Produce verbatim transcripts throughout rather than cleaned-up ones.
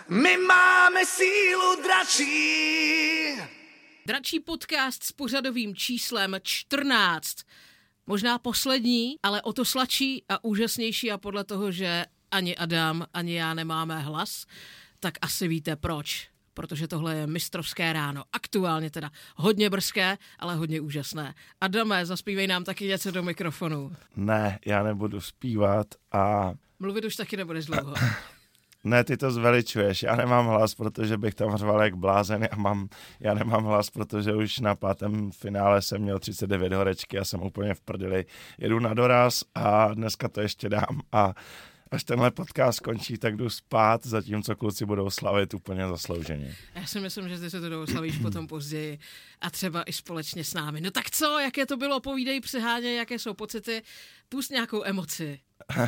My máme sílu dračí. Dračí podcast s pořadovým číslem čtrnáct. Možná poslední, ale o to sladší a úžasnější a podle toho, že ani Adam, ani já nemáme hlas, tak asi víte proč. Protože tohle je mistrovské ráno. Aktuálně teda hodně brzké, ale hodně úžasné. Adame, zaspívej nám taky něco do mikrofonu. Ne, já nebudu zpívat a... Mluvit už taky nebudeš dlouho. Ne, ty to zveličuješ. Já nemám hlas, protože bych tam řval jak blázen. Já, mám, já nemám hlas, protože už na pátém finále jsem měl třicet devět horečky a jsem úplně v prdeli. Jedu na doraz a dneska to ještě dám a až tenhle podcast skončí, tak jdu spát, zatímco kluci budou slavit úplně zaslouženě. Já si myslím, že ty se to doslavíš potom později a třeba i společně s námi. No tak co, jaké to bylo? Povídej, přeháně, jaké jsou pocity, pust nějakou emoci.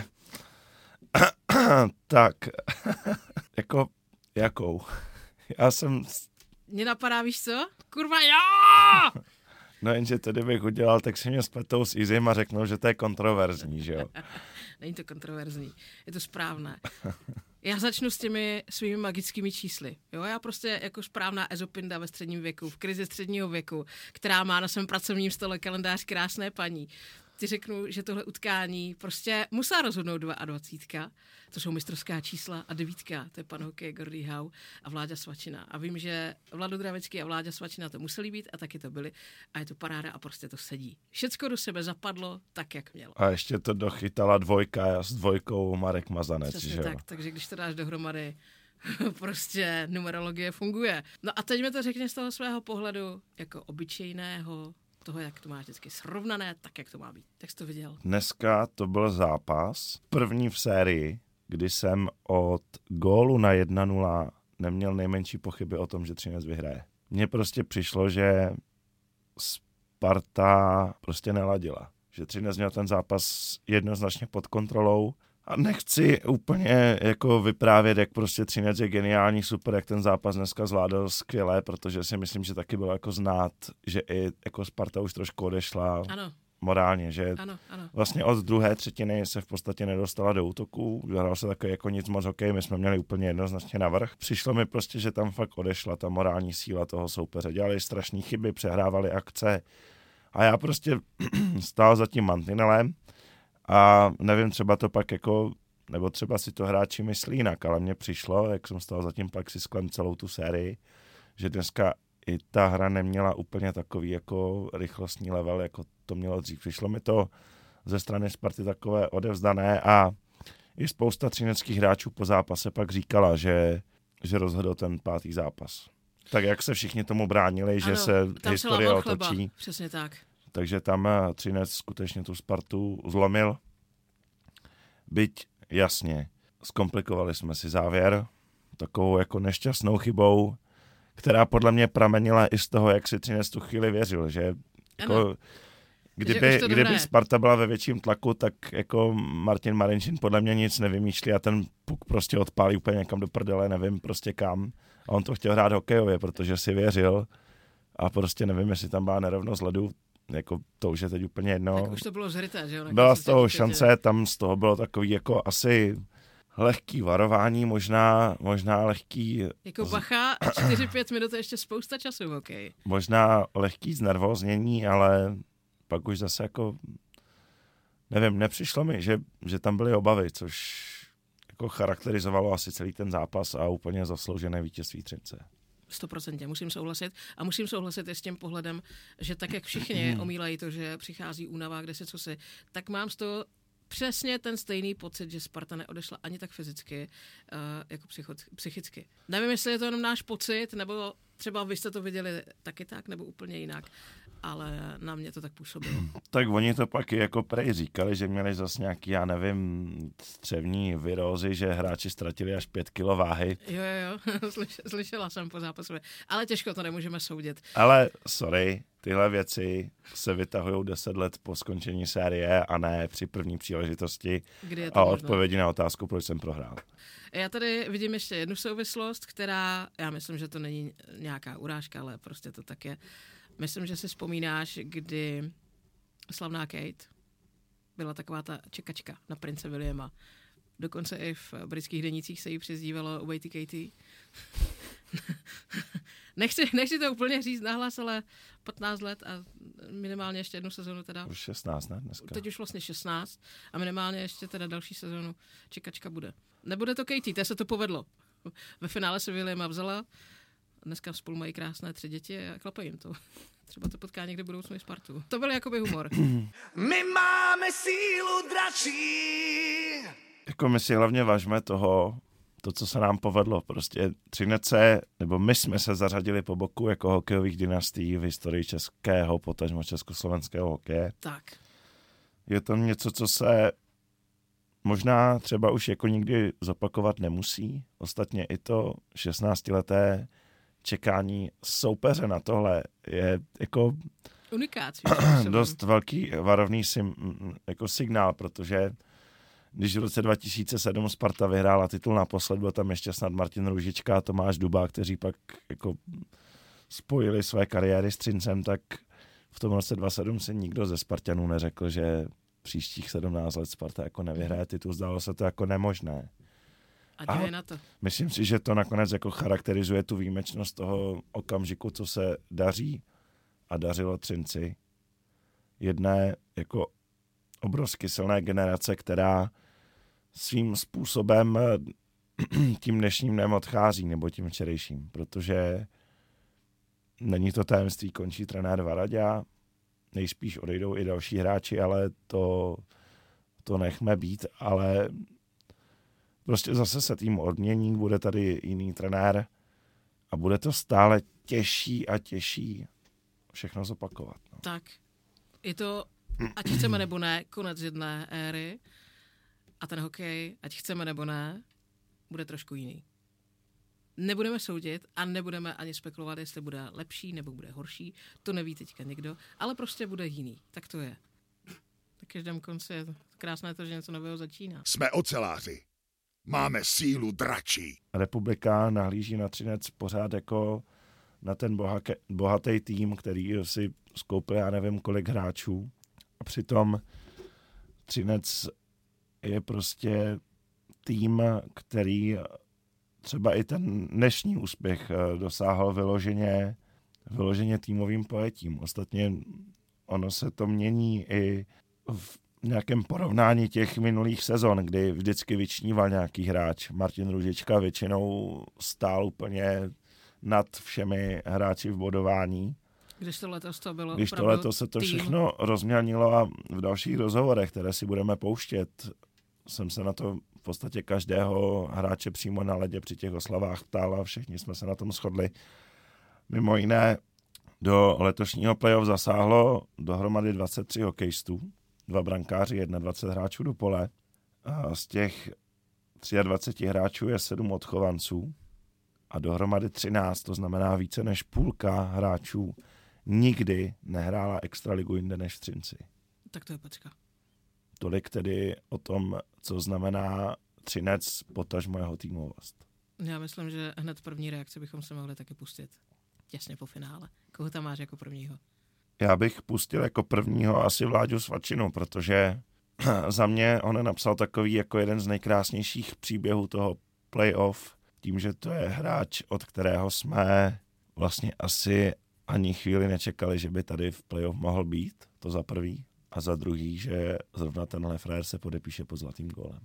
Tak, jako, jakou? Já jsem... Mně napadá, víš co? Kurva, jo! No jenže to kdybych udělal, tak si mě spletou s Izym a řeknou, že to je kontroverzní, že jo? Není to kontroverzní, je to správné. Já začnu s těmi svými magickými čísly. Jo, já prostě jako správná ezopinda ve středním věku, v krizi středního věku, která má na svém pracovním stole kalendář krásné paní. Ti řeknu, že tohle utkání prostě musela rozhodnout dvacítka, to jsou mistrovská čísla, a devítka, to je pan hokej Gordý Howe a Vláďa Svačina. A vím, že Vlado Dravecký a Vláďa Svačina to museli být a taky to byli. A je to paráda a prostě to sedí. Všecko do sebe zapadlo tak, jak mělo. A ještě to dochytala dvojka s dvojkou Marek Mazanec, přesně že jo? Tak, takže když to dáš dohromady, prostě numerologie funguje. No a teď mi to řekni z toho svého pohledu jako obyčejného, toho, jak to máš vždycky srovnané, tak, jak to má být. Jak jsi to viděl? Dneska to byl zápas, první v sérii, kdy jsem od gólu na jedna nula neměl nejmenší pochyby o tom, že Třinec vyhraje. Mně prostě přišlo, že Sparta prostě neladila. Že Třinec měl ten zápas jednoznačně pod kontrolou. A nechci úplně jako vyprávět, jak prostě Třinec je geniální, super, jak ten zápas dneska zvládl skvěle, protože si myslím, že taky bylo jako znát, že i jako Sparta už trošku odešla ano. morálně, že ano, ano. vlastně od druhé třetiny se v podstatě nedostala do útoku, hrál se takový jako nic moc hokej, my jsme měli úplně jednoznačně navrch. Přišlo mi prostě, že tam fakt odešla ta morální síla toho soupeře, dělali strašné chyby, přehrávali akce a já prostě stál za tím mantinelem. A nevím, třeba to pak jako, nebo třeba si to hráči myslí jinak, ale mně přišlo, jak jsem stál za tím plexisklem celou tu sérii, že dneska i ta hra neměla úplně takový jako rychlostní level, jako to mělo dřív. Přišlo mi to ze strany Sparty takové odevzdané a i spousta třineckých hráčů po zápase pak říkala, že, že rozhodl ten pátý zápas. Tak jak se všichni tomu bránili, ano, že se historie otočí. Přesně tak. Takže tam Třinec skutečně tu Spartu zlomil. Byť jasně, zkomplikovali jsme si závěr takovou jako nešťastnou chybou, která podle mě pramenila i z toho, jak si Třinec tu chvíli věřil, že jako, kdyby, kdyby Sparta byla ve větším tlaku, tak jako Martin Marinčín podle mě nic nevymýšlí a ten puk prostě odpálí úplně někam do prdele, nevím prostě kam. A on to chtěl hrát hokejově, protože si věřil a prostě nevím, jestli tam byla nerovnost ledu, jako to už je teď úplně jedno. Tak už to bylo zryté, že jo? Byla z toho šance, tam z toho bylo takový jako asi lehký varování, možná, možná lehký... Jako bacha, čtyři pět minut je ještě spousta času, okej. Možná lehký znervóznění, ale pak už zase jako, nevím, nepřišlo mi, že, že tam byly obavy, což jako charakterizovalo asi celý ten zápas a úplně zasloužené vítězství Třince. Stoprocentně, musím souhlasit. A musím souhlasit i s tím pohledem, že tak, jak všichni omílají to, že přichází únava, kde se cosi, tak mám z toho přesně ten stejný pocit, že Sparta neodešla ani tak fyzicky, uh, jako psycho- psychicky. Nevím, jestli je to jenom náš pocit, nebo třeba vy jste to viděli taky tak, nebo úplně jinak, ale na mě to tak působilo. Tak oni to pak jako prej říkali, že měli zase nějaký, já nevím, střevní virózy, že hráči ztratili až pět kilo váhy. Jo, jo, jo, slyšela jsem po zápasu, ale těžko to nemůžeme soudit. Ale sorry, tyhle věci se vytahují deset let po skončení série a ne při první příležitosti a odpovědi na otázku, proč jsem prohrál. Já tady vidím ještě jednu souvislost, která, já myslím, že to není nějaká urážka, ale prostě to tak je. Myslím, že si vzpomínáš, kdy slavná Kate byla taková ta čekačka na prince Williama. Dokonce i v britských denících se jí přezdívalo Waity Katie. nechci, nechci to úplně říct nahlas, ale patnáct let a minimálně ještě jednu sezonu teda. Už šestnáct, ne? Dneska. Teď už vlastně šestnáct a minimálně ještě teda další sezonu čekačka bude. Nebude to Katie, té se to povedlo. Ve finále se Williama vzala, dneska spolu mají krásné tři děti a klape jim to. Třeba to potká někde budoucnu i Spartu. To byl jakoby humor. My máme sílu dračí. Jako my si hlavně vážme toho, to, co se nám povedlo. Prostě Třinec se, nebo my jsme se zařadili po boku jako hokejových dynastií v historii českého, potažmo československého hokeje. Tak. Je to něco, co se možná třeba už jako nikdy zopakovat nemusí. Ostatně i to šestnáctileté čekání soupeře na tohle je jako unikát. dost velký varovný sim, jako signál, protože když v roce dva tisíce sedm Sparta vyhrála titul naposled, byl tam ještě snad Martin Růžička a Tomáš Duba, kteří pak jako spojili své kariéry s Třincem, tak v tom roce dva tisíce sedm si nikdo ze Spartanů neřekl, že příštích sedmnáct let Sparta jako nevyhraje titul. Zdálo se to jako nemožné. A dívej na to. Myslím si, že to nakonec jako charakterizuje tu výjimečnost toho okamžiku, co se daří a dařilo Třinci. Jedné jako obrovsky silné generace, která svým způsobem tím dnešním dnem odchází, nebo tím včerejším, protože není to tajemství, končí trenér Varaďa, nejspíš odejdou i další hráči, ale to, to nechme být, ale prostě zase se tým odmění, bude tady jiný trenér a bude to stále těžší a těžší všechno zopakovat. No. Tak, je to, ať chceme nebo ne, konec jedné éry a ten hokej, ať chceme nebo ne, bude trošku jiný. Nebudeme soudit a nebudeme ani spekulovat, jestli bude lepší nebo bude horší, to neví teďka někdo, ale prostě bude jiný, tak to je. Na každém konci je krásné to, že něco nového začíná. Jsme oceláři. Máme sílu dračí. Republika nahlíží na Třinec pořád jako na ten bohake, bohatý tým, který si skoupil já nevím kolik hráčů. A přitom Třinec je prostě tým, který třeba i ten dnešní úspěch dosáhl vyloženě, vyloženě týmovým pojetím. Ostatně ono se to mění i v nějakém porovnání těch minulých sezon, kdy vždycky vyčníval nějaký hráč. Martin Růžička většinou stál úplně nad všemi hráči v bodování. Když to letos to bylo Když to letos se to tým. všechno rozmělnilo a v dalších rozhovorech, které si budeme pouštět, jsem se na to v podstatě každého hráče přímo na ledě při těch oslavách ptal a všichni jsme se na tom shodli. Mimo jiné do letošního playoff zasáhlo dohromady dvacet tři hokejistů, dva brankáři, dvacet jedna hráčů do pole. A z těch dvacet tři hráčů je sedm odchovanců a dohromady třináct, to znamená více než půlka hráčů nikdy nehrála extraligu jinde než v Třinci. Tak to je pecka. Tolik tedy o tom, co znamená Třinec, potažmo jeho týmovost. Já myslím, že hned první reakce bychom se mohli taky pustit těsně po finále. Koho tam máš jako prvního? Já bych pustil jako prvního asi Vláďu Svačinu, protože za mě on napsal takový jako jeden z nejkrásnějších příběhů toho playoff, tím, že to je hráč, od kterého jsme vlastně asi ani chvíli nečekali, že by tady v playoff mohl být, to za prvý. A za druhý, že zrovna tenhle frér se podepíše pod zlatým gólem.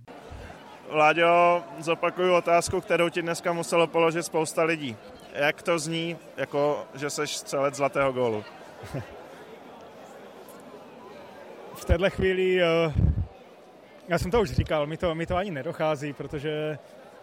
Vláďo, zopakuju otázku, kterou ti dneska muselo položit spousta lidí. Jak to zní, jako že seš střelec zlatého gólu? V téhle chvíli, já jsem to už říkal, mi to, mi to ani nedochází, protože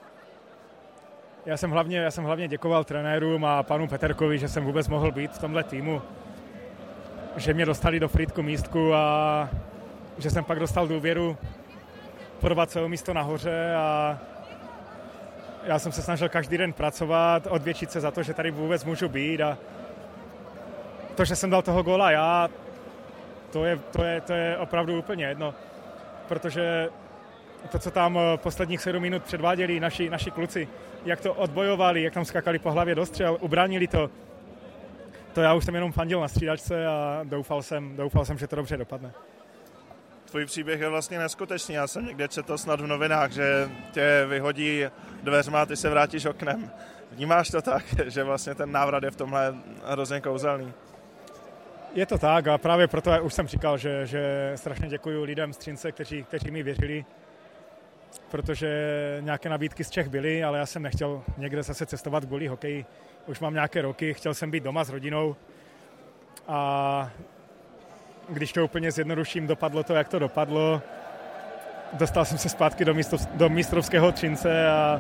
já jsem hlavně, já jsem hlavně děkoval trenérům a panu Peterkovi, že jsem vůbec mohl být v tomhle týmu. Že mě dostali do Frýdku místku a že jsem pak dostal důvěru porvat svého místo nahoře a já jsem se snažil každý den pracovat, odvětšit se za to, že tady vůbec můžu být a to, že jsem dal toho góla já, to je, to je, to je opravdu úplně jedno, protože to, co tam posledních sedm minut předváděli naši, naši kluci, jak to odbojovali, jak tam skakali po hlavě do střel, ubránili to, to já už jsem jenom fandil na střídačce a doufal jsem, doufal jsem, že to dobře dopadne. Tvůj příběh je vlastně neskutečný. Já jsem někde četl snad v novinách, že tě vyhodí dveřma a ty se vrátíš oknem. Vnímáš to tak, že vlastně ten návrat je v tomhle hrozně kouzelný? Je to tak a právě proto já už jsem říkal, že, že strašně děkuji lidem z Třince, kteří, kteří mi věřili, protože nějaké nabídky z Čech byly, ale já jsem nechtěl někde zase cestovat kvůli hokeji. Už mám nějaké roky, chtěl jsem být doma s rodinou a když to úplně zjednoduším, dopadlo to, jak to dopadlo. Dostal jsem se zpátky do, místov, do mistrovského Třince a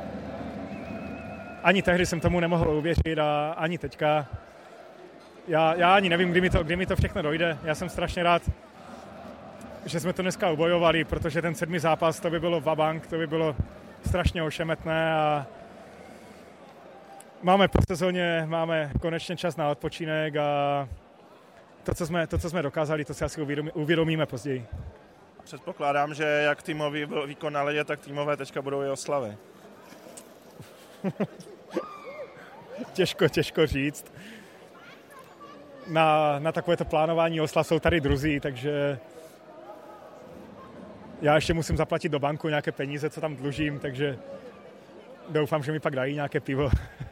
ani tehdy jsem tomu nemohl uvěřit a ani teďka. Já, já ani nevím, kdy mi, to, kdy mi to všechno dojde. Já jsem strašně rád, že jsme to dneska ubojovali, protože ten sedmý zápas, to by bylo vabank, to by bylo strašně ošemetné a máme po sezóně, máme konečně čas na odpočinek a to, co jsme, to, co jsme dokázali, to si asi uvědomí, uvědomíme později. Předpokládám, že jak týmový výkon na ledě, tak týmové teďka budou i oslavy. těžko, těžko říct. Na, na takovéto plánování oslav jsou tady druzí, takže já ještě musím zaplatit do banku nějaké peníze, co tam dlužím, takže doufám, že mi pak dají nějaké pivo.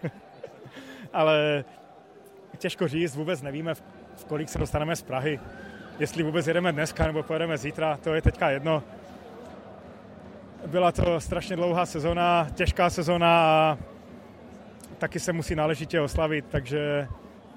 Ale těžko říct, vůbec nevíme, v kolik se dostaneme z Prahy. Jestli vůbec jedeme dneska nebo pojedeme zítra, to je teďka jedno. Byla to strašně dlouhá sezona, těžká sezona a taky se musí náležitě oslavit, takže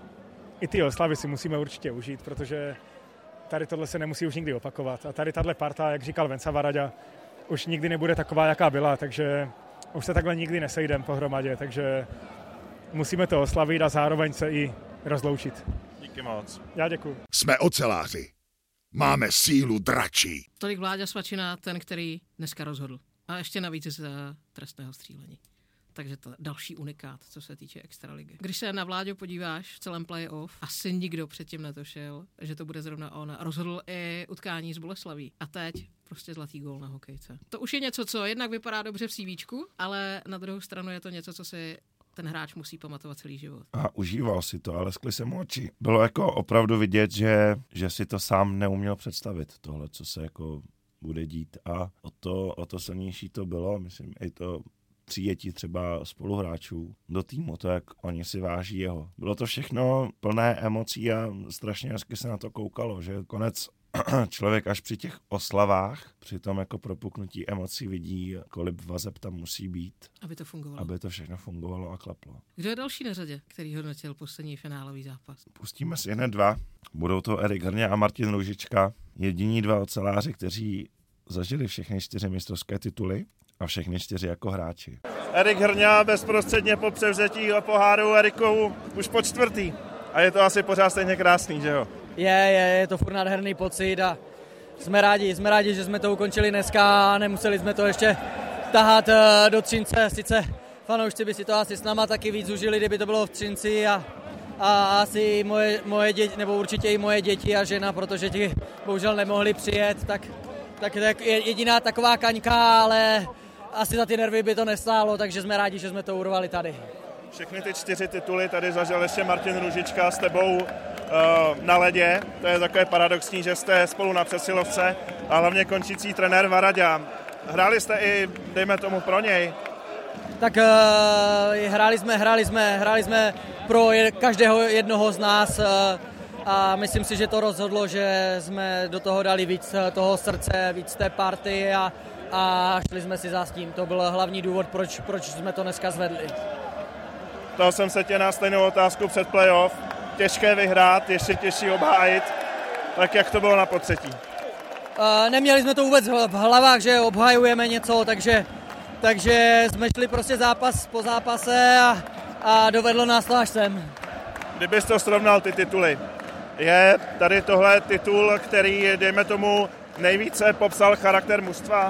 i ty oslavy si musíme určitě užít, protože tady tohle se nemusí už nikdy opakovat. A tady tahle parta, jak říkal Venca Varaďa, už nikdy nebude taková, jaká byla, takže už se takhle nikdy nesejdeme pohromadě, takže musíme to oslavit a zároveň se i rozloučit. Díky moc. Já děkuji. Jsme oceláři. Máme sílu dračí. Tolik Vláďa Svačina, ten, který dneska rozhodl. A ještě navíc z trestného střílení. Takže to další unikát, co se týče extraligy. Když se na Vláďu podíváš v celém play-off, asi nikdo předtím netušil, že to bude zrovna on. Rozhodl i utkání s Boleslaví. A teď prostě zlatý gól na hokejce. To už je něco, co jednak vypadá dobře v CVčku, ale na druhou stranu je to něco, co si ten hráč musí pamatovat celý život. A užíval si to, ale skli se mu oči. Bylo jako opravdu vidět, že, že si to sám neuměl představit, tohle, co se jako bude dít. A o to, o to silnější to bylo, myslím, i to přijetí třeba spoluhráčů do týmu, to, jak oni si váží jeho. Bylo to všechno plné emocí a strašně hezky se na to koukalo, že konec člověk až při těch oslavách, při tom jako propuknutí emocí vidí, kolik vazeb tam musí být, aby to fungovalo. Aby to všechno fungovalo a klaplo. Kdo je další na řadě, který hodnotil poslední finálový zápas? Pustíme si hned dva. Budou to Erik Hrňa a Martin Růžička. Jediní dva oceláři, kteří zažili všechny čtyři mistrovské tituly a všechny čtyři jako hráči. Erik Hrňa bezprostředně po převzetí poháru Erikou už po čtvrtý. A je to asi pořád stejně krásný, že jo? Je, je, je to furt nádherný pocit a jsme rádi, jsme rádi, že jsme to ukončili dneska a nemuseli jsme to ještě tahat do Třince. Sice fanoušci by si to asi s náma taky víc užili, kdyby to bylo v Třinci a, a asi moje, moje děti, nebo určitě i moje děti a žena, protože ti bohužel nemohli přijet, tak, tak je jediná taková kaňka, ale asi za ty nervy by to nestálo, takže jsme rádi, že jsme to urvali tady. Všechny ty čtyři tituly tady zažil ještě Martin Růžička s tebou uh, na ledě. To je takové paradoxní, že jste spolu na přesilovce a hlavně končící trenér Varaďa. Hráli jste i, dejme tomu, pro něj? Tak uh, hráli jsme, hráli jsme, hráli jsme pro je, každého jednoho z nás uh, a myslím si, že to rozhodlo, že jsme do toho dali víc toho srdce, víc té party a, a šli jsme si za s tím. To byl hlavní důvod, proč, proč jsme to dneska zvedli. Ptal jsem se tě na stejnou otázku před playoff. Těžké vyhrát, ještě těžší obhájit. Tak jak to bylo na potřetí? Uh, neměli jsme to vůbec v hlavách, že obhajujeme něco, takže, takže jsme šli prostě zápas po zápase a, a dovedlo nás to až sem. Kdybys to srovnal ty tituly, je tady tohle titul, který, dejme tomu, nejvíce popsal charakter mužstva?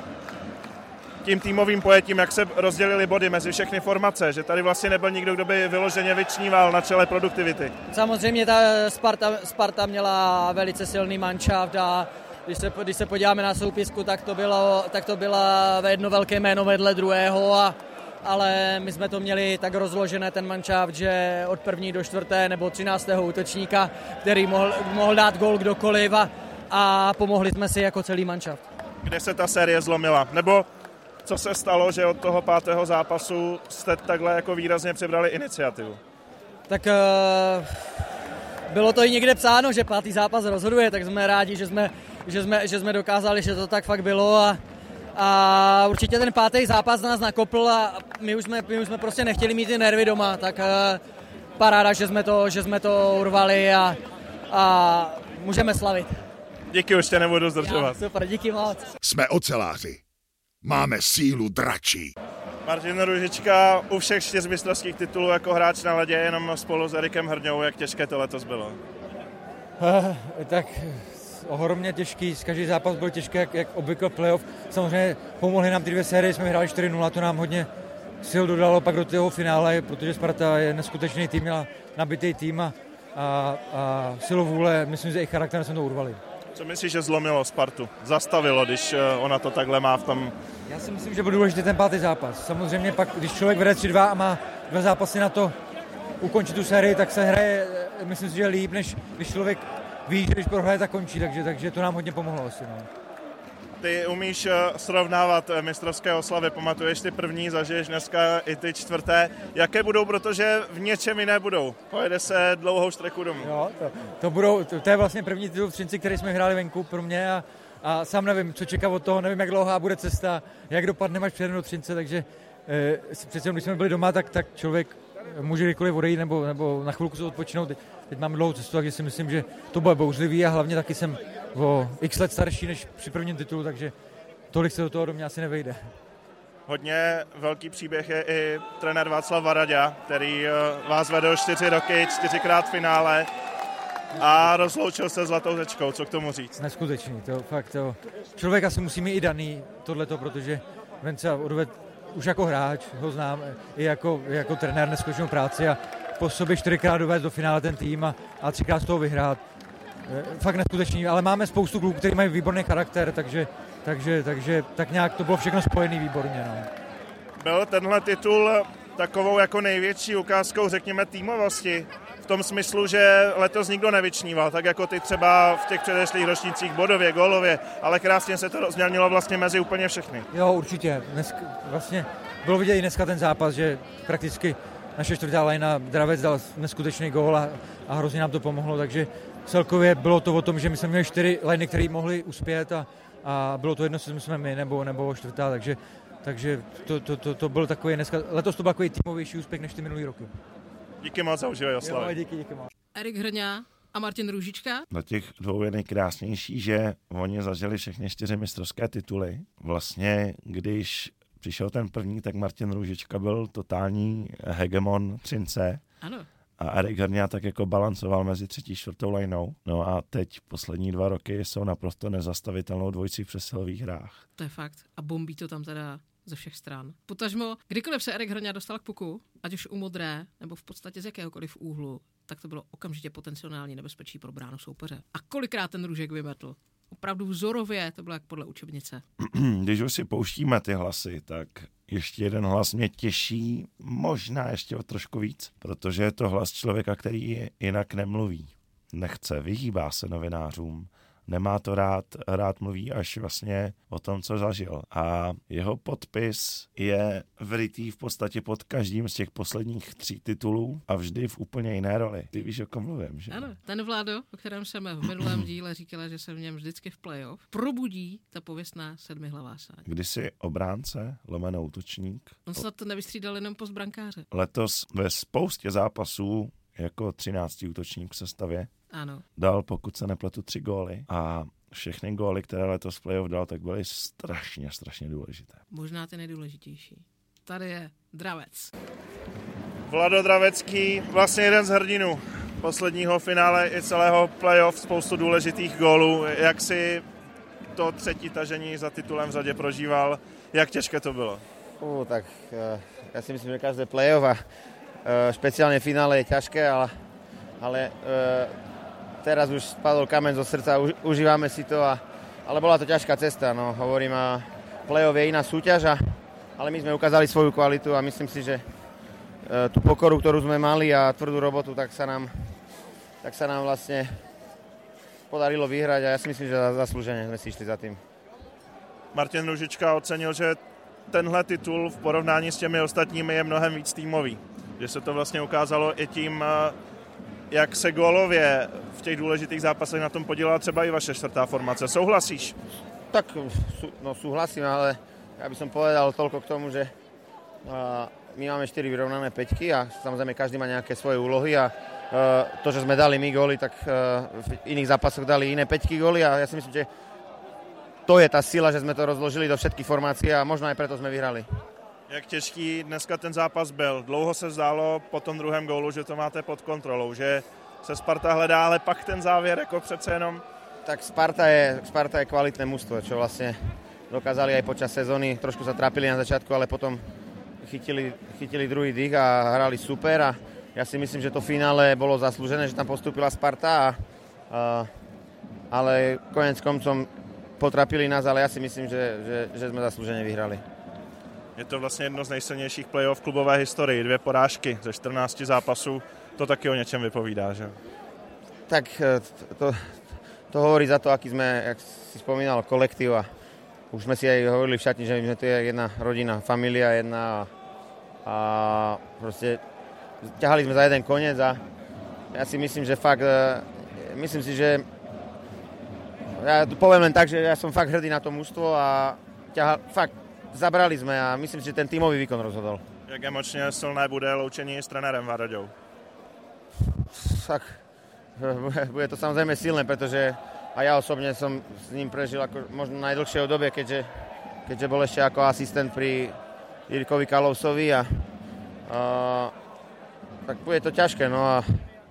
Tím týmovým pojetím, jak se rozdělili body mezi všechny formace, že tady vlastně nebyl nikdo, kdo by vyloženě vyčníval na čele produktivity. Samozřejmě ta Sparta, Sparta měla velice silný manšaft a když se, když se podíváme na soupisku, tak to bylo, tak to byla jedno velké jméno vedle druhého, a, ale my jsme to měli tak rozložené ten manšaft, že od první do čtvrté nebo třináctého útočníka, který mohl, mohl dát gól kdokoliv a a pomohli jsme si jako celý manšaft. Kde se ta série zlomila? Nebo co se stalo, že od toho pátého zápasu jste takhle jako výrazně přebrali iniciativu? Tak uh, bylo to i někde psáno, že pátý zápas rozhoduje, tak jsme rádi, že jsme, že jsme, že jsme dokázali, že to tak fakt bylo a, a určitě ten pátý zápas nás nakopl a my už jsme, my už jsme prostě nechtěli mít ty nervy doma, tak uh, paráda, že jsme to, že jsme to urvali a, a můžeme slavit. Díky, už tě nebudu zdržovat. Já, super, díky moc. Jsme oceláři. Máme sílu dračí. Martin Růžička u všech čtyř mistrovských titulů jako hráč na ledě, jenom spolu s Erikem Hrňou, jak těžké to letos bylo? Uh, tak ohromně těžký, každý zápas byl těžký, jak, jak obvykle playoff. Samozřejmě pomohly nám ty dvě série, jsme hráli čtyři nula, to nám hodně sil dodalo pak do toho finále, protože Sparta je neskutečný tým, měla nabitý tým a, a, a silu vůle, myslím, že i charakter jsme to urvali. Co myslíš, že zlomilo Spartu? Zastavilo, když ona to takhle má v tom... Já si myslím, že byl důležitý ten pátý zápas. Samozřejmě pak, když člověk vede tři dva a má dva zápasy na to ukončit tu sérii, tak se hraje, myslím si, že líp, než když člověk ví, že když prohraje, tak končí, takže, takže to nám hodně pomohlo asi. No. Ty umíš srovnávat mistrovské oslavy, pamatuješ ty první, zažiješ dneska i ty čtvrté. Jaké budou, protože v něčem jiné budou? Pojede se dlouhou streku domů. Jo, to, to, budou, to, to je vlastně první titul v Třinci, který jsme hráli venku pro mě a, a sám nevím, co čeká od toho, nevím, jak dlouhá bude cesta, jak dopadne, až přijedeme do Třince, takže eh, přece když jsme byli doma, tak, tak člověk může kdykoliv odejít nebo, nebo na chvilku se odpočinout. Teď, teď mám dlouhou cestu, takže si myslím, že to bude bouřlivý a hlavně taky jsem o x let starší než při prvním titulu, takže tolik se do toho do mě asi nevejde. Hodně velký příběh je i trenér Václav Varaďa, který vás vedl čtyři roky, čtyřikrát finále a rozloučil se s Zlatou tečkou. Co k tomu říct? Neskutečný, to fakt to. Člověk asi musí mít i daný tohleto, protože Vence odved už jako hráč, ho znám, i jako, jako trenér neskutečnou práci a po sobě čtyřikrát dovést do finále ten tým a, a třikrát z toho vyhrát. Fakt neskutečný, ale máme spoustu kluků, kteří mají výborný charakter, takže, takže, takže tak nějak to bylo všechno spojený výborně. No. Byl tenhle titul takovou jako největší ukázkou, řekněme, týmovosti? V tom smyslu, že letos nikdo nevyčníval, tak jako ty třeba v těch předešlých ročnících bodově, gólově, ale krásně se to rozmělnilo vlastně mezi úplně všechny. Jo, určitě. Dnes, vlastně bylo vidět i dneska ten zápas, že prakticky naše čtvrtá lajna Dravec dal neskutečný gól a, a hrozně nám to pomohlo, takže celkově bylo to o tom, že my jsme měli čtyři lajny, které mohly uspět a, a bylo to jedno, jestli jsme my nebo, nebo čtvrtá, takže, takže to, to, to, to byl takový dneska, letos to byl takový týmovější úspěch než ty minulý roky. Díky moc a uživej oslavy. Jo, díky, díky moc. Erik Hrňa a Martin Růžička. Na těch dvou je nejkrásnější, že oni zažili všechny čtyři mistrovské tituly. Vlastně, když přišel ten první, tak Martin Růžička byl totální hegemon Třince. Ano. A Erik Hrňa tak jako balancoval mezi třetí čtvrtou lajnou. No a teď poslední dva roky jsou naprosto nezastavitelnou dvojicí v přesilových hrách. To je fakt. A bombí to tam teda ze všech stran. Potažmo, kdykoliv se Erik Hrňa dostal k puku, ať už u modré, nebo v podstatě z jakéhokoliv úhlu, tak to bylo okamžitě potenciální nebezpečí pro bránu soupeře. A kolikrát ten Růžek vymetl. Opravdu vzorově, to bylo jak podle učebnice. Když už si pouštíme ty hlasy, tak ještě jeden hlas mě těší, možná ještě o trošku víc, protože je to hlas člověka, který jinak nemluví. Nechce, vyhýbá se novinářům, nemá to rád, rád mluví až vlastně o tom, co zažil. A jeho podpis je vrytý v podstatě pod každým z těch posledních tří titulů a vždy v úplně jiné roli. Ty víš, o kom mluvím, že? Ano, ten Vlado, o kterém jsem v minulém díle říkala, že jsem v něm vždycky v playoff, probudí ta pověstná sedmihlavá sáň. Kdysi obránce, lomeno útočník. On snad to nevystřídal jenom post brankáře. Letos ve spoustě zápasů jako třináctý útočník v sestavě Ano. dal, pokud se nepletu, tři góly a všechny góly, které letos v playoff dal, tak byly strašně, strašně důležité. Možná ty nejdůležitější. Tady je Dravec. Vlado Dravecký, vlastně jeden z hrdinů posledního finále i celého playoff, spoustu důležitých gólů. Jak si to třetí tažení za titulem v řadě prožíval? Jak těžké to bylo? Uh, tak uh, ja si myslím, že každé playoff a uh, špeciálne finále je ťažké, ale, ale uh, teraz už spadol kameň zo srdca, už, užívame si to, a, ale bola to ťažká cesta. No. Hovorím, a playoff je iná súťaž, a, ale my sme ukázali svoju kvalitu a myslím si, že uh, tú pokoru, ktorú sme mali a tvrdú robotu, tak sa nám, tak sa nám vlastne podarilo vyhrať a ja si myslím, že zaslúžene sme si išli za tým. Martin Růžička ocenil, že tenhle titul v porovnání s těmi ostatními je mnohem víc týmový. Že se to vlastně ukázalo i tím, jak se gólově v těch důležitých zápasech na tom podílela třeba i vaše čtvrtá formace. Souhlasíš? Tak, no súhlasím, ale ja by som povedal toľko k tomu, že uh, my máme štyri vyrovnané peťky a samozrejme každý má nejaké svoje úlohy a uh, to, že sme dali my góly, tak uh, v iných zápasoch dali iné peťky góly a ja si myslím, že to je tá sila, že sme to rozložili do všetkých formácií a možno aj preto sme vyhrali. Jak těžký dneska ten zápas byl? Dlouho se zdálo po tom druhém gólu, že to máte pod kontrolou, že se Sparta hledá, ale pak ten závěr jako přece jenom... Tak Sparta je, Sparta je kvalitné mužstvo, čo vlastne dokázali aj počas sezóny. Trošku sa trápili na začiatku, ale potom chytili, chytili druhý dých a hrali super a ja si myslím, že to finále bolo zaslúžené, že tam postúpila Sparta, a, a, ale konec koncom potrapili nás, ale ja si myslím, že, že, že sme zaslúžene vyhrali. Je to vlastně jedno z nejsilnějších play-off v klubové historii. Dvě porážky ze čtrnácti zápasů, to taky o něčem vypovídá, že? Tak to, to hovorí za to, aký sme, jak si spomínal, kolektív a už sme si aj hovorili v šatni, že my to je jedna rodina, familia jedna a, a proste ťahali sme za jeden koniec a ja si myslím, že fakt, myslím si, že ja poviem len tak, že ja som fakt hrdý na to mužstvo a ťahal, fakt zabrali sme a myslím si, že ten tímový výkon rozhodol. Jak emočně silné bude loučení s trenérem Váraďou? Tak, bude to samozrejme silné, pretože a ja osobne som s ním prežil ako možno najdlhšie obdobie, keďže, keďže bol ešte ako asistent pri Jirkovi Kalovsovi a, a tak bude to ťažké, no a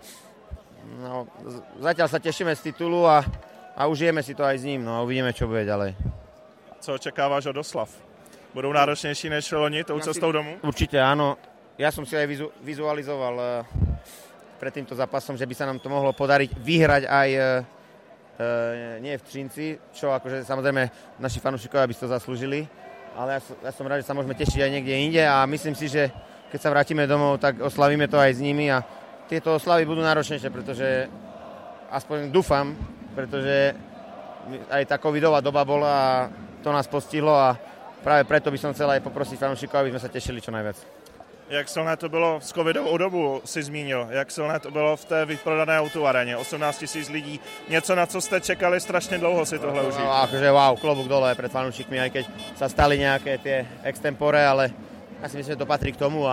no, zatiaľ sa tešíme z titulu a, a užijeme si to aj s ním, no a uvidíme, čo bude ďalej. Co očekáváš od oslav? Budou náročnější než loni tou cestou domů? Určite áno. Ja som si aj vizu, vizualizoval uh, pred týmto zápasom, že by sa nám to mohlo podariť vyhrať aj uh, nie v Třinci, čo akože samozrejme naši fanúšikovia by si to zaslúžili, ale ja, ja som rád, že sa môžeme tešiť aj niekde inde a myslím si, že keď sa vrátime domov, tak oslavíme to aj s nimi a tieto oslavy budú náročnejšie, pretože aspoň dúfam, pretože aj tá covidová doba bola a to nás postihlo a práve preto by som chcel aj poprosiť fanúšikov, aby sme sa tešili čo najviac. Jak silné to bylo s covidovou dobu, si zmínil, jak silné to bylo v té vyprodané autoaréně, osmnáct tisíc lidí, něco, na co jste čekali strašně dlouho si tohle užít. No, akože wow, klobúk dole pred fanúšikmi, aj keď sa stali nejaké tie extempore, ale ja si myslím, že to patrí k tomu a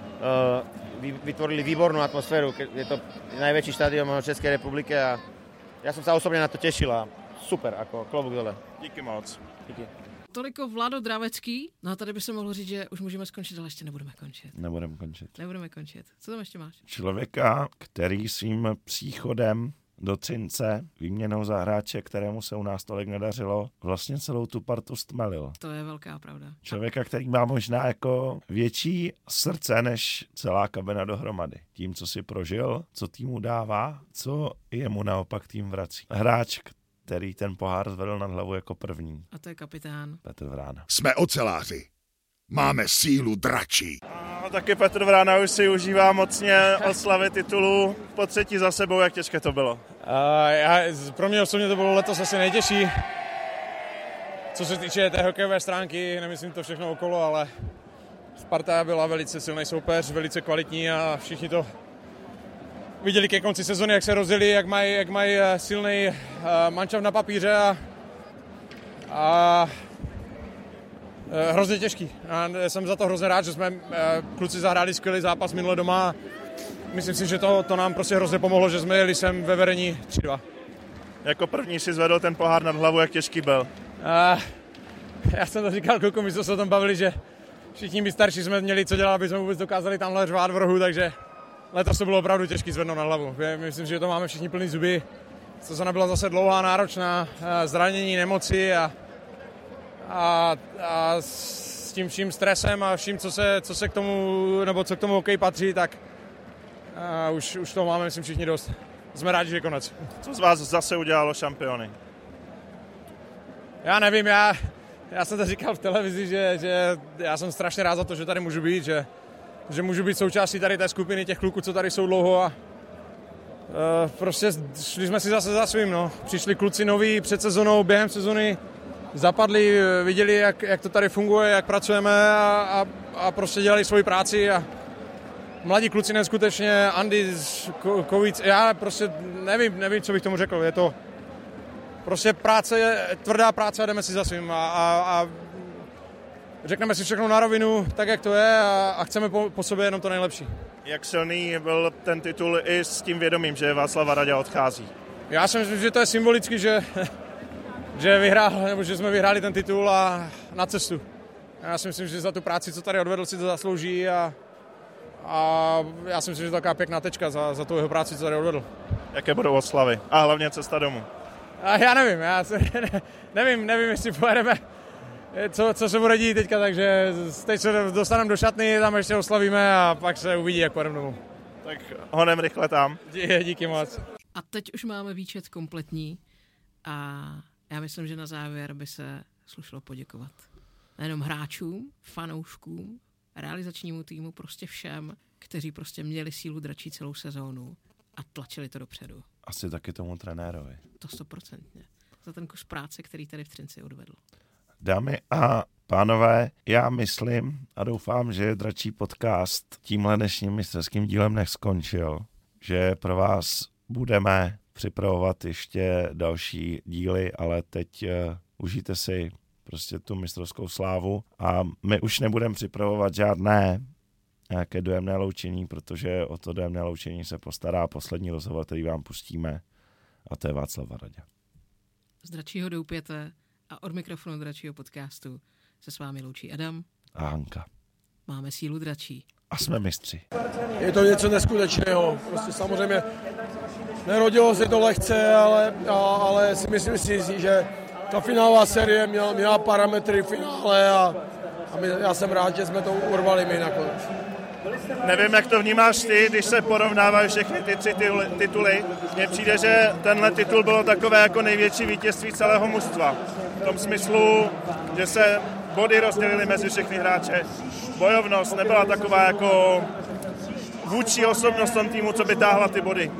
uh, vytvorili výbornú atmosféru, je to najväčší štadión v Českej republike a ja som sa osobne na to tešil a super, ako klobúk dole. Díky moc. Díky. Toliko Vlado Dravecký. No a tady by se mohlo říct, že už můžeme skončit, ale ještě nebudeme končit. Nebudeme končit. Nebudeme končit. Co tam ještě máš? Člověka, který svým příchodem do Třince, výměnou za hráče, kterému se u nás tolik nedařilo, vlastně celou tu partu stmelil. To je velká pravda. Člověka, který má možná jako větší srdce než celá kabina dohromady. Tím, co si prožil, co týmu dává, co jemu naopak tým vrací. Hráč, který ten pohár zvedl nad hlavu jako první. A to je kapitán Petr Vrána. Jsme oceláři. Máme sílu dračí. A taky Petr Vrána už si užívá mocně oslavy titulu po třetí za sebou. Jak těžké to bylo? Uh, já, pro mě osobně to bylo letos asi nejtěžší. Co se týče té hokejové stránky, nemyslím to všechno okolo, ale Sparta byla velice silný soupeř, velice kvalitní a všichni to viděli ke konci sezony, jak se rozjeli, jak mají jak maj silný uh, mančav na papíře a, a uh, hrozně těžký. A jsem za to hrozně rád, že jsme uh, kluci zahráli skvělý zápas minule doma. Myslím si, že to, to nám prostě hrozně pomohlo, že jsme jeli sem ve vedení tři dva. Jako první si zvedl ten pohár nad hlavu, jak těžký byl? Uh, já jsem to říkal klukům, my jsme se o tom bavili, že všichni my starší jsme měli co dělat, aby jsme vůbec dokázali tamhle řvát v rohu, takže letos to bylo opravdu těžký zvednout na hlavu. Myslím, že to máme všichni plný zuby. Sezona byla zase dlouhá, náročná, zranění, nemoci a, a, a s tím vším stresem a vším, co se, co se k tomu, nebo co k tomu hokej patří, tak a už, už toho máme, myslím, všichni dost. Jsme rádi, že je konec. Co z vás zase udělalo šampiony? Já nevím, já, já jsem to říkal v televizi, že, že já jsem strašně rád za to, že tady můžu být, že že můžu být součástí tady té skupiny těch kluků, co tady jsou dlouho a, prostě šli jsme si zase za svým, no. Přišli kluci noví před sezónou, během sezony zapadli, viděli, jak, jak to tady funguje, jak pracujeme a, a, a prostě dělali svoji práci a mladí kluci neskutečně, Andy, Kovíc, já prostě nevím, nevím, co bych tomu řekl, je to prostě práce, je tvrdá práce a jdeme si za svým a, a, a řekneme si všechno na rovinu, tak jak to je a, a chceme po, po sobě jenom to nejlepší. Jak silný byl ten titul i s tím vědomím, že Václav Varaďa odchází? Já si myslím, že to je symbolicky, že, že, vyhrál, nebo že jsme vyhráli ten titul a na cestu. Já si myslím, že za tu práci, co tady odvedl, si to zaslouží a, a já si myslím, že to je taková pěkná tečka za, za tu jeho práci, co tady odvedl. Jaké budou oslavy? A hlavně cesta domů? A já nevím, já se, ne, nevím, nevím, jestli pojedeme, co, co se bude dít teďka, takže teď se dostaneme do šatny, tam ještě oslavíme a pak se uvidí, jak pojedeme domů. Tak honem rychle tam. Dí, díky moc. A teď už máme výčet kompletní a já myslím, že na závěr by se slušelo poděkovat. Nejenom hráčům, fanouškům, realizačnímu týmu, prostě všem, kteří prostě měli sílu dračí celou sezónu a tlačili to dopředu. Asi taky tomu trenérovi. To stoprocentně. Za ten kus práce, který tady v Třinci odvedl. Dámy a pánové, já myslím a doufám, že Dračí podcast tímhle dnešním mistrovským dílem neskončil, že pro vás budeme připravovat ještě další díly, ale teď uh, užijte si prostě tu mistrovskou slávu a my už nebudeme připravovat žádné nějaké dojemné loučení, protože o to dojemné loučení se postará poslední rozhovor, který vám pustíme, a to je Václav Varaďa. Z Dračího doupěte a od mikrofonu Dračího podcastu se s vámi loučí Adam a Hanka. Máme sílu dračí. A jsme mistři. Je to něco neskutečného. Prostě samozřejmě nerodilo se to lehce, ale, a, ale si myslím si, že ta finálová série měla, měla parametry v finále a, a my, já jsem rád, že jsme to urvali my nakonec. Nevím, jak to vnímáš ty, když se porovnávají všechny ty tři tituly. Mně přijde, že tenhle titul bylo takové jako největší vítězství celého mužstva. V tom smyslu, že se body rozdělily mezi všechny hráče. Bojovnost nebyla taková jako vůdčí osobnost v tom týmu, co by táhla ty body.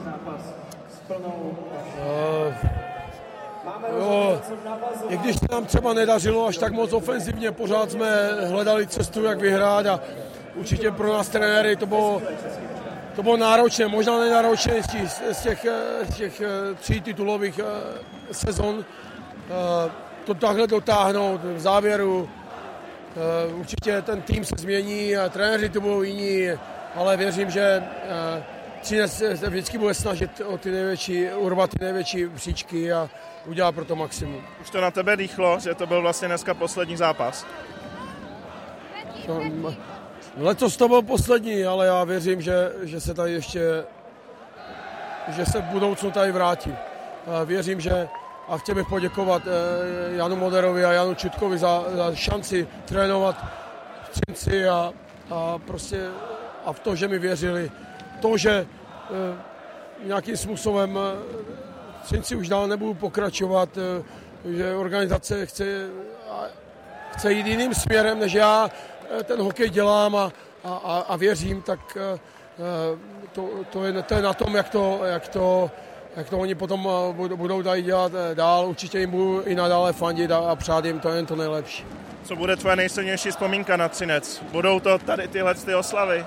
Uh, jo, i když se nám třeba nedařilo až tak moc ofenzivně, pořád jsme hledali cestu, jak vyhrát a určitě pro nás trenéry to bylo, to bylo náročné, možná nejnáročnější z těch, z těch tří titulových sezon. To takhle dotáhnout v závěru. Určitě ten tým se změní, trenéři to budou jiní, ale věřím, že Třinec se vždycky bude snažit o ty největší, urvat ty největší příčky a udělat pro to maximum. Už to na tebe dýchlo, že to byl vlastně dneska poslední zápas? To, letos to byl poslední, ale já věřím, že, že se tady ještě, že se v budoucnu tady vrátí. Věřím, že a chtěl bych poděkovat Janu Moderovi a Janu Čutkovi za, za šanci trénovat v Třinci a, a prostě a v to, že mi věřili. To, že e, nějakým způsobem v Třinci už dál nebudu pokračovat, e, že organizace chce, a, chce jít jiným směrem, než já e, ten hokej dělám a, a, a věřím, tak e, to, to, je, to je na tom, jak to, jak to jak to oni potom budou tady dělat dál. Určitě jim budu i nadále fandit a přát jim to jen to nejlepší. Co bude tvoje nejsilnější vzpomínka na Třinec? Budou to tady tyhle ty oslavy?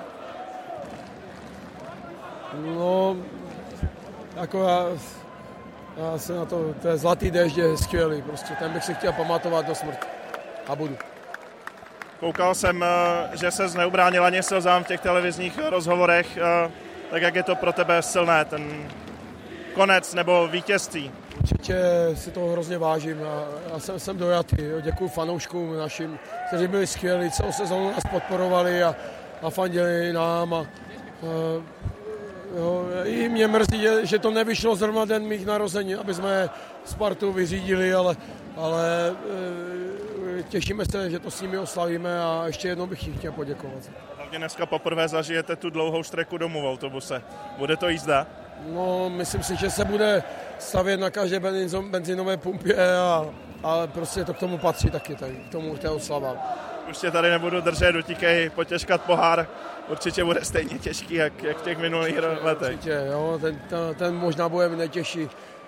No, jako já, já se na to, to je Zlatý déšť je skvělý, prostě ten bych si chtěl pamatovat do smrti a budu. Koukal jsem, že se neubránil ani slzám v těch televizních rozhovorech, tak jak je to pro tebe silné, ten konec nebo vítězství? Určitě si toho hrozně vážím. Já, já jsem, jsem dojatý. Děkuji fanouškům našim, kteří byli skvělí, celou sezónu nás podporovali a, a fandili nám. A, a, jo, I mě mrzí, že, že to nevyšlo zrovna den mých narození, aby jsme Spartu vyřídili, ale, ale e, těšíme se, že to s nimi oslavíme a ještě jednou bych jim chtěl poděkovat. Hlavně dneska poprvé zažijete tu dlouhou štreku domů v autobuse. Bude to jízda? No, myslím si, že se bude stavět na každé benzinové pumpě, a, ale prostě to k tomu patří taky, tady, k tomu té oslavám. Už tě tady nebudu držet, utíkej, potěžkat pohár. Určitě bude stejně těžký, jak, jak v těch minulých letech. Určitě, jo, ten, ten, ten možná bude nejtěžší,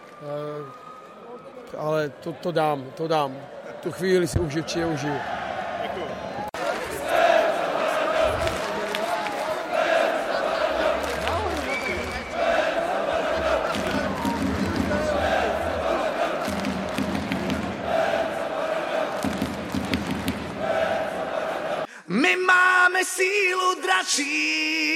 ale to, to dám, to dám. Tu chvíli si už určitě užiju. Děkuju. My máme sílu dračí.